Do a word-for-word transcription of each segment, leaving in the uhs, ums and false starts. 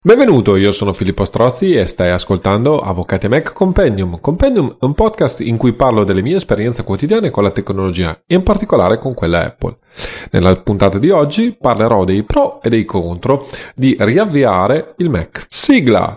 Benvenuto, io sono Filippo Strozzi e stai ascoltando Avvocati Mac Compendium. Compendium è un podcast in cui parlo delle mie esperienze quotidiane con la tecnologia e in particolare con quella Apple. Nella puntata di oggi parlerò dei pro e dei contro di riavviare il Mac. Sigla!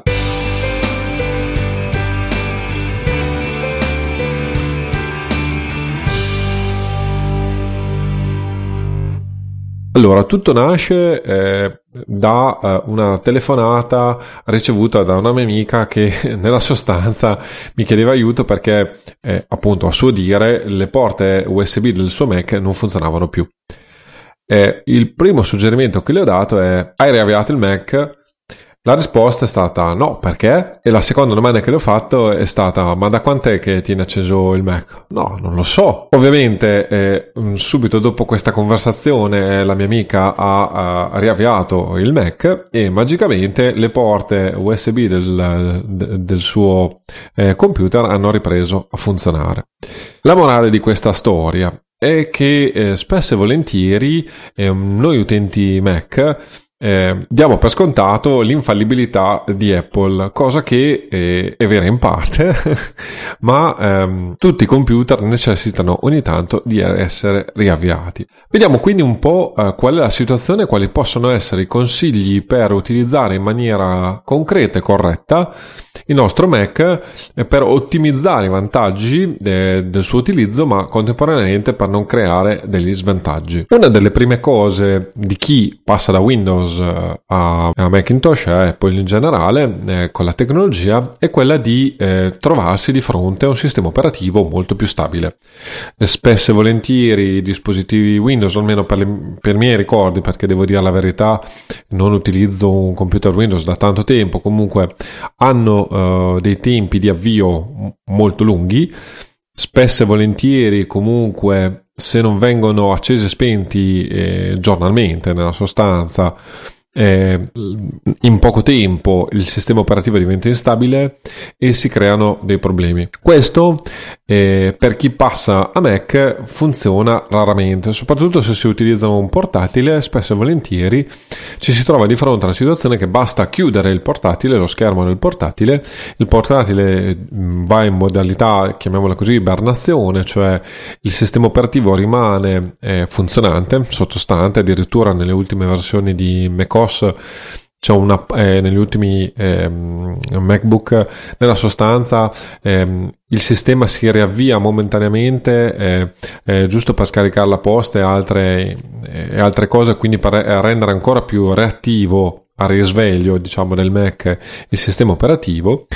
Allora, tutto nasce eh, da eh, una telefonata ricevuta da una mia amica che nella sostanza mi chiedeva aiuto perché eh, appunto a suo dire le porte U S B del suo Mac non funzionavano più. Eh, il primo suggerimento che le ho dato è: hai riavviato il Mac? La risposta è stata no, perché? E la seconda domanda che le ho fatto è stata: ma da quant'è che tieni acceso il Mac? No, non lo so. Ovviamente eh, subito dopo questa conversazione eh, la mia amica ha, ha riavviato il Mac e magicamente le porte U S B del, del suo eh, computer hanno ripreso a funzionare. La morale di questa storia è che eh, spesso e volentieri eh, noi utenti Mac Eh, diamo per scontato l'infallibilità di Apple, cosa che eh, è vera in parte, ma ehm, tutti i computer necessitano ogni tanto di essere riavviati. Vediamo quindi un po' eh, qual è la situazione, quali possono essere i consigli per utilizzare in maniera concreta e corretta il nostro Mac eh, per ottimizzare i vantaggi eh, del suo utilizzo, ma contemporaneamente per non creare degli svantaggi. Una delle prime cose di chi passa da Windows a, a Macintosh, a Apple in generale, eh, con la tecnologia, è quella di eh, trovarsi di fronte a un sistema operativo molto più stabile. E spesso e volentieri i dispositivi Windows, almeno per, le, per i miei ricordi, perché devo dire la verità, non utilizzo un computer Windows da tanto tempo, comunque hanno eh, dei tempi di avvio molto lunghi. Spesso e volentieri comunque, se non vengono accesi e spenti eh, giornalmente, nella sostanza, eh, in poco tempo il sistema operativo diventa instabile e si creano dei problemi. Questo eh, per chi passa a Mac funziona raramente, soprattutto se si utilizza un portatile. Spesso e volentieri ci si trova di fronte alla situazione che basta chiudere il portatile, lo schermo del portatile, il portatile va in modalità, chiamiamola così, ibernazione, cioè il sistema operativo rimane eh, funzionante, sottostante. Addirittura nelle ultime versioni di macOS c'è una eh, negli ultimi eh, MacBook, nella sostanza eh, il sistema si riavvia momentaneamente eh, eh, giusto per scaricare la posta e altre, e altre cose, quindi per rendere ancora più reattivo al risveglio, diciamo, del Mac il sistema operativo.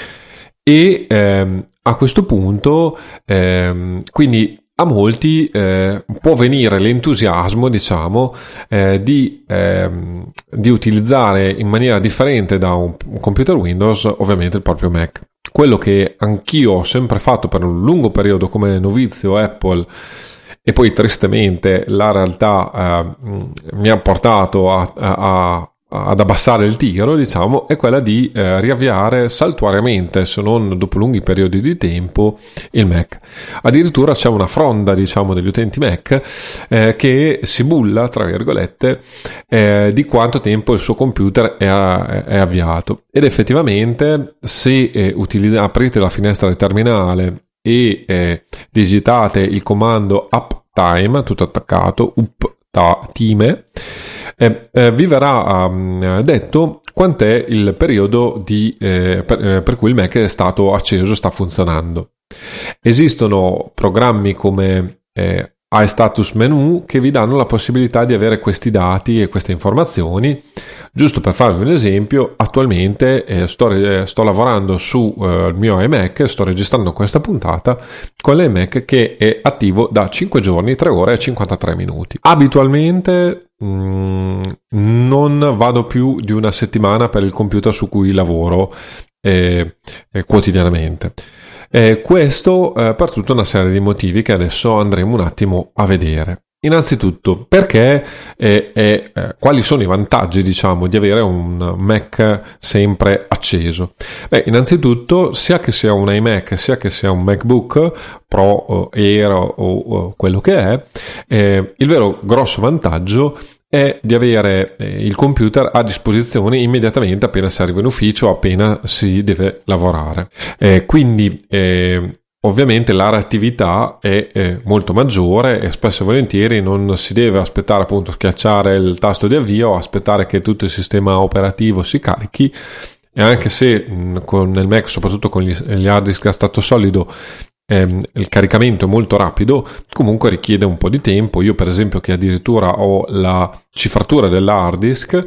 E ehm, a questo punto ehm, quindi a molti eh, può venire l'entusiasmo, diciamo, eh, di, eh, di utilizzare in maniera differente da un, un computer Windows, ovviamente il proprio Mac. Quello che anch'io ho sempre fatto per un lungo periodo come novizio Apple, e poi tristemente la realtà eh, mi ha portato a, a ad abbassare il tiro, diciamo, è quella di eh, riavviare saltuariamente, se non dopo lunghi periodi di tempo, il Mac. Addirittura c'è una fronda, diciamo, degli utenti Mac eh, che si bulla, tra virgolette, eh, di quanto tempo il suo computer è, è avviato. Ed effettivamente, se eh, utilizz- aprite la finestra del terminale e eh, digitate il comando uptime, tutto attaccato, uptime, Eh, eh, vi verrà um, detto quant'è il periodo di, eh, per, eh, per cui il Mac è stato acceso, sta funzionando. Esistono programmi come eh, iStatus Menu che vi danno la possibilità di avere questi dati e queste informazioni. Giusto per farvi un esempio, attualmente eh, sto, eh, sto lavorando su eh, il mio iMac, sto registrando questa puntata con l'iMac che è attivo da cinque giorni, tre ore e cinquantatré minuti. Abitualmente mh, non vado più di una settimana per il computer su cui lavoro eh, eh, quotidianamente. Eh, questo eh, per tutta una serie di motivi che adesso andremo un attimo a vedere. Innanzitutto, perché eh, eh, eh, quali sono i vantaggi, diciamo, di avere un Mac sempre acceso? Beh, innanzitutto, sia che sia un iMac, sia che sia un MacBook Pro o Air o, o quello che è, eh, il vero grosso vantaggio è di avere eh, il computer a disposizione immediatamente appena si arriva in ufficio, appena si deve lavorare. Eh, quindi eh, ovviamente la reattività è, è molto maggiore e spesso e volentieri non si deve aspettare appunto schiacciare il tasto di avvio, aspettare che tutto il sistema operativo si carichi, e anche se mh, con il Mac, soprattutto con gli, gli hard disk a stato solido, ehm, il caricamento è molto rapido, comunque richiede un po' di tempo. Io per esempio, che addirittura ho la cifratura dell'hard disk,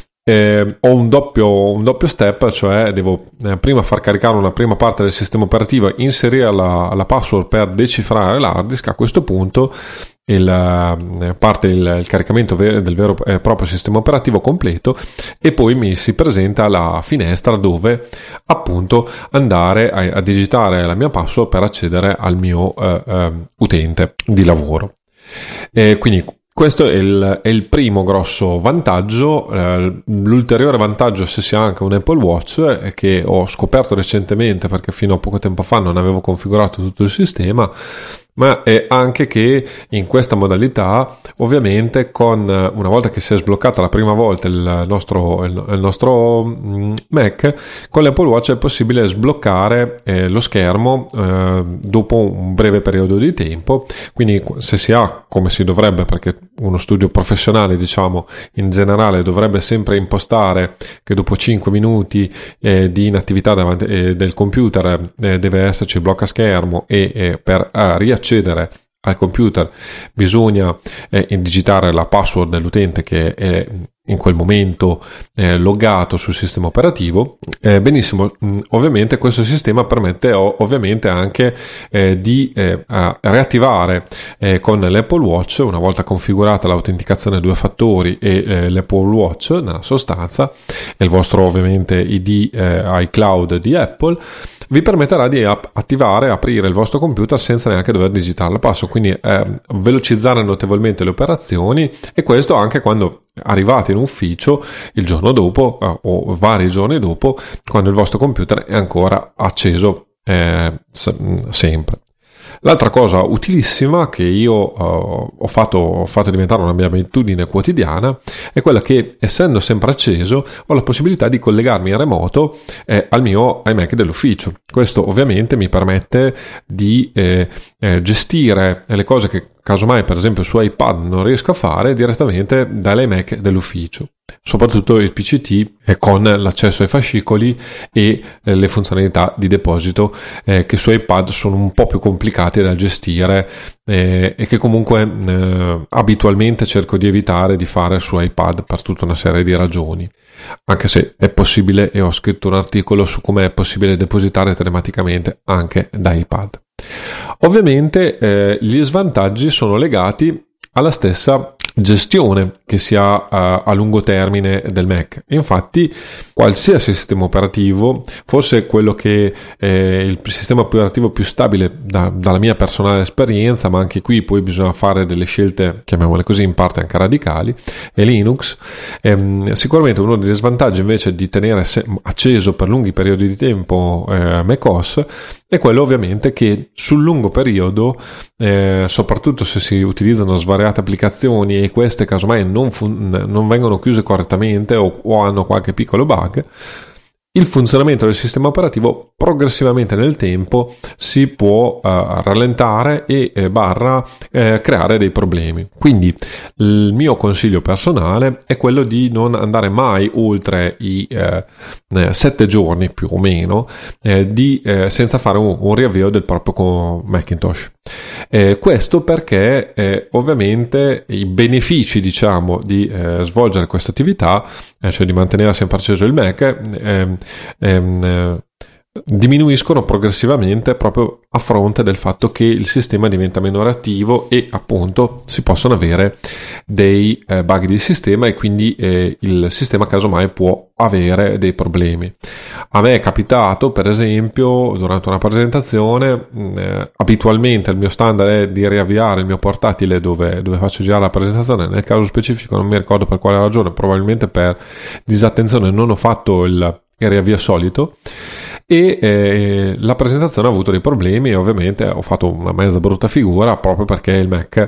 Eh, ho un doppio, un doppio step, cioè devo eh, prima far caricare una prima parte del sistema operativo, inserire la, la password per decifrare l'hard disk. A questo punto il, eh, parte il, il caricamento ver- del vero e eh, proprio sistema operativo completo, e poi mi si presenta la finestra dove appunto andare a, a digitare la mia password per accedere al mio eh, eh, utente di lavoro. Eh, quindi questo è il, è il primo grosso vantaggio. Eh, l'ulteriore vantaggio, se si ha anche un Apple Watch, è che ho scoperto recentemente, perché fino a poco tempo fa non avevo configurato tutto il sistema, ma è anche che in questa modalità, ovviamente, con una volta che si è sbloccata la prima volta il nostro, il, il nostro Mac, con l'Apple Watch è possibile sbloccare eh, lo schermo eh, dopo un breve periodo di tempo. Quindi se si ha, come si dovrebbe, perché uno studio professionale, diciamo, in generale dovrebbe sempre impostare che dopo cinque minuti eh, di inattività davanti, eh, del computer eh, deve esserci blocca schermo, e eh, per eh, riaccedere al computer bisogna eh, digitare la password dell'utente che è in quel momento eh, loggato sul sistema operativo. Eh, benissimo, mh, ovviamente questo sistema permette o, ovviamente anche eh, di eh, reattivare eh, con l'Apple Watch, una volta configurata l'autenticazione a due fattori e eh, l'Apple Watch nella sostanza, e il vostro ovviamente I D eh, iCloud di Apple, vi permetterà di attivare, aprire il vostro computer senza neanche dover digitare la password, quindi eh, velocizzare notevolmente le operazioni. E questo anche quando arrivate in ufficio il giorno dopo eh, o vari giorni dopo, quando il vostro computer è ancora acceso eh, sempre. L'altra cosa utilissima che io uh, ho, fatto, ho fatto diventare una mia abitudine quotidiana è quella che, essendo sempre acceso, ho la possibilità di collegarmi in remoto eh, al mio iMac dell'ufficio. Questo ovviamente mi permette di eh, eh, gestire le cose che casomai per esempio su iPad non riesco a fare direttamente dall'iMac dell'ufficio, soprattutto il P C T eh, con l'accesso ai fascicoli e eh, le funzionalità di deposito eh, che su iPad sono un po' più complicati da gestire eh, e che comunque eh, abitualmente cerco di evitare di fare su iPad per tutta una serie di ragioni, anche se è possibile, e ho scritto un articolo su come è possibile depositare telematicamente anche da iPad. Ovviamente eh, gli svantaggi sono legati alla stessa gestione che si ha a, a lungo termine del Mac. Infatti qualsiasi sistema operativo, forse quello che è il sistema operativo più stabile da, dalla mia personale esperienza, ma anche qui poi bisogna fare delle scelte, chiamiamole così, in parte anche radicali, è Linux. Ehm, sicuramente uno degli svantaggi invece di tenere acceso per lunghi periodi di tempo eh, macOS è quello ovviamente che sul lungo periodo, eh, soprattutto se si utilizzano svariate applicazioni e queste casomai non, fun- non vengono chiuse correttamente o, o hanno qualche piccolo bug, il funzionamento del sistema operativo progressivamente nel tempo si può uh, rallentare e eh, barra eh, creare dei problemi. Quindi il mio consiglio personale è quello di non andare mai oltre i eh, sette giorni più o meno eh, di, eh, senza fare un, un riavvio del proprio Macintosh. Eh, questo perché eh, ovviamente i benefici, diciamo, di eh, svolgere questa attività, eh, cioè di mantenere sempre acceso il Mac, eh, ehm, eh, diminuiscono progressivamente proprio a fronte del fatto che il sistema diventa meno reattivo e appunto si possono avere dei eh, bug di sistema e quindi eh, il sistema casomai può avere dei problemi. A me è capitato, per esempio, durante una presentazione, eh, abitualmente il mio standard è di riavviare il mio portatile dove, dove faccio girare la presentazione. Nel caso specifico non mi ricordo per quale ragione, probabilmente per disattenzione non ho fatto il, il riavvio solito, e eh, la presentazione ha avuto dei problemi e ovviamente ho fatto una mezza brutta figura proprio perché il Mac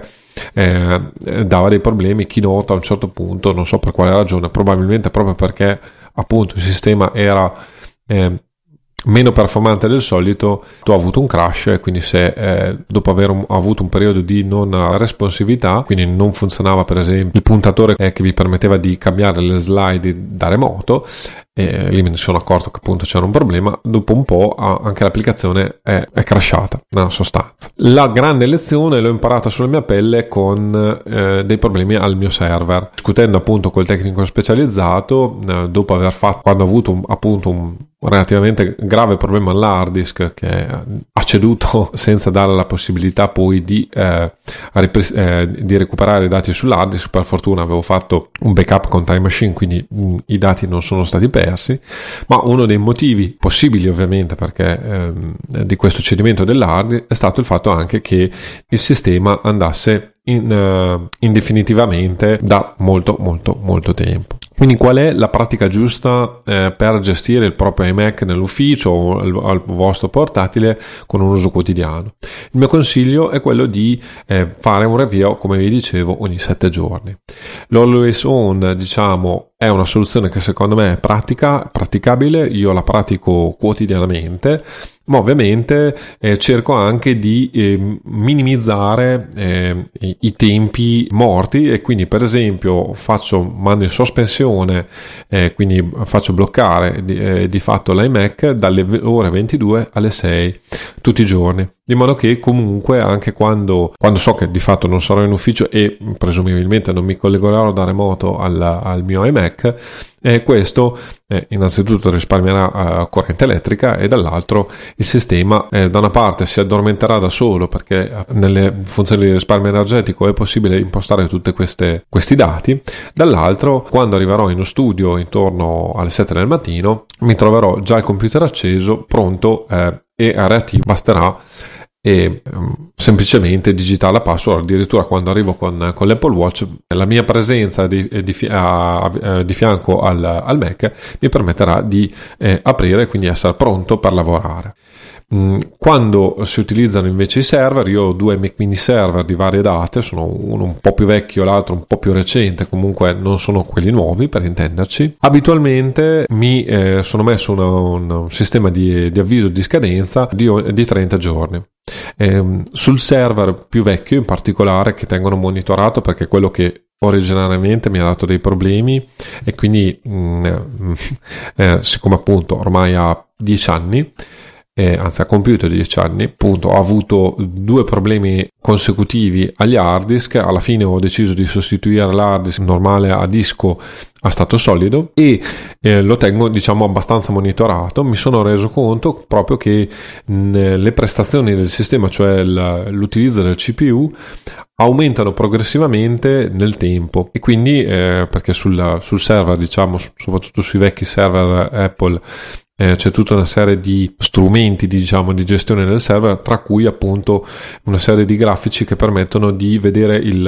eh, dava dei problemi. Keynote a un certo punto, non so per quale ragione, probabilmente proprio perché appunto il sistema era eh, meno performante del solito, ho avuto un crash e quindi se eh, dopo aver un, avuto un periodo di non responsività, quindi non funzionava per esempio il puntatore eh, che mi permetteva di cambiare le slide da remoto, e lì me ne sono accorto che appunto c'era un problema. Dopo un po' anche l'applicazione è, è crashata nella sostanza. La grande lezione l'ho imparata sulla mia pelle con eh, dei problemi al mio server, discutendo appunto col tecnico specializzato eh, dopo aver fatto, quando ho avuto un, appunto un relativamente grave problema all'hard disk che ha ceduto senza dare la possibilità poi di, eh, ripres- eh, di recuperare i dati sull'hard disk. Per fortuna avevo fatto un backup con Time Machine, quindi mh, i dati non sono stati persi, ma uno dei motivi possibili ovviamente perché ehm, di questo cedimento dell'hard disk è stato il fatto anche che il sistema andasse in, uh, indefinitivamente da molto molto molto tempo. Quindi qual è la pratica giusta eh, per gestire il proprio iMac nell'ufficio o al, al vostro portatile con un uso quotidiano? Il mio consiglio è quello di eh, fare un review, come vi dicevo, ogni sette giorni. L'Always On, diciamo, è una soluzione che secondo me è pratica, praticabile, io la pratico quotidianamente, ma ovviamente eh, cerco anche di eh, minimizzare eh, i, i tempi morti e quindi per esempio faccio mando in sospensione, eh, quindi faccio bloccare di, eh, di fatto l'iMac dalle ore ventidue alle sei tutti i giorni, di modo che comunque anche quando, quando so che di fatto non sarò in ufficio e presumibilmente non mi collegherò da remoto al, al mio iMac, e questo eh, innanzitutto risparmierà eh, corrente elettrica e dall'altro il sistema eh, da una parte si addormenterà da solo perché eh, nelle funzioni di risparmio energetico è possibile impostare tutti questi dati, dall'altro quando arriverò in uno studio intorno alle sette del mattino mi troverò già il computer acceso, pronto eh, e reattivo. Basterà e um, semplicemente digitare la password. Addirittura quando arrivo con, con l'Apple Watch, la mia presenza di, di, a, a, di fianco al, al Mac mi permetterà di eh, aprire e quindi essere pronto per lavorare. Quando si utilizzano invece i server, io ho due Mac mini server di varie date, sono uno un po' più vecchio, l'altro un po' più recente, comunque non sono quelli nuovi per intenderci. Abitualmente mi eh, sono messo una, un sistema di, di avviso di scadenza di, di trenta giorni. Eh, sul server più vecchio in particolare, che tengono monitorato perché è quello che originariamente mi ha dato dei problemi e quindi mh, eh, siccome appunto ormai ha dieci anni, Eh, anzi ha compiuto dieci anni, appunto ho avuto due problemi consecutivi agli hard disk. Alla fine ho deciso di sostituire l'hard disk normale a disco a stato solido e eh, lo tengo diciamo abbastanza monitorato. Mi sono reso conto proprio che mh, le prestazioni del sistema, cioè l'utilizzo del C P U, aumentano progressivamente nel tempo e quindi eh, perché sul, sul server, diciamo soprattutto sui vecchi server Apple, Eh, c'è tutta una serie di strumenti diciamo di gestione del server, tra cui appunto una serie di grafici che permettono di vedere il,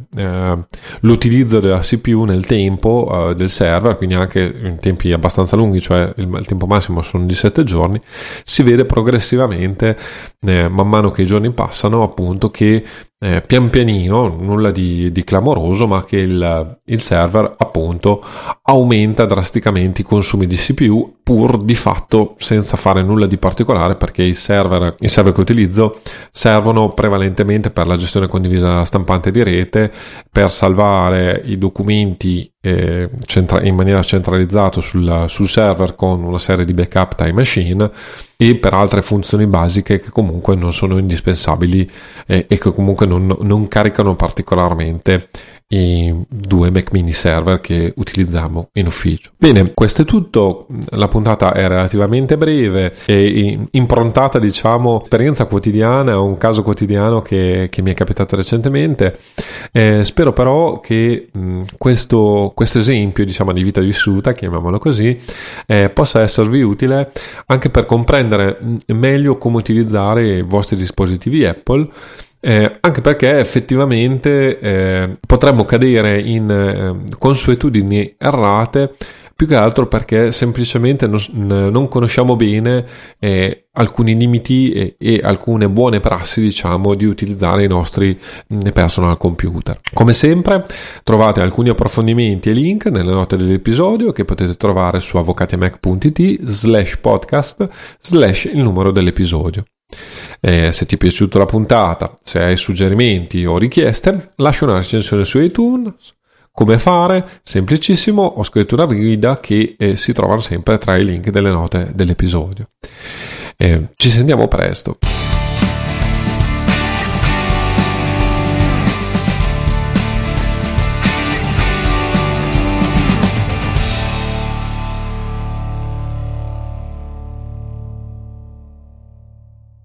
eh, l'utilizzo della C P U nel tempo eh, del server, quindi anche in tempi abbastanza lunghi, cioè il, il tempo massimo sono di sette giorni. Si vede progressivamente eh, man mano che i giorni passano appunto che Eh, pian pianino, nulla di, di clamoroso, ma che il, il server appunto aumenta drasticamente i consumi di C P U, pur di fatto senza fare nulla di particolare, perché i server, i server che utilizzo servono prevalentemente per la gestione condivisa della stampante di rete, per salvare i documenti eh, centra- in maniera centralizzata sul, sul server con una serie di backup Time Machine, e per altre funzioni basiche che comunque non sono indispensabili eh, e che comunque non, non caricano particolarmente i due Mac mini server che utilizziamo in ufficio. Bene, questo è tutto. La puntata è relativamente breve e improntata diciamo esperienza quotidiana, un caso quotidiano che, che mi è capitato recentemente. Eh, spero però che mh, questo, questo esempio diciamo di vita vissuta, chiamiamolo così, eh, possa esservi utile anche per comprendere meglio come utilizzare i vostri dispositivi Apple. Eh, anche perché effettivamente eh, potremmo cadere in eh, consuetudini errate più che altro perché semplicemente non, non conosciamo bene eh, alcuni limiti e, e alcune buone prassi, diciamo, di utilizzare i nostri personal computer. Come sempre trovate alcuni approfondimenti e link nelle note dell'episodio che potete trovare su avvocatiamac punto it slash podcast slash il numero dell'episodio. Eh, se ti è piaciuta la puntata, se hai suggerimenti o richieste, lascia una recensione su iTunes. Come fare? Semplicissimo, ho scritto una guida che eh, si trovano sempre tra i link delle note dell'episodio. Eh, ci sentiamo presto.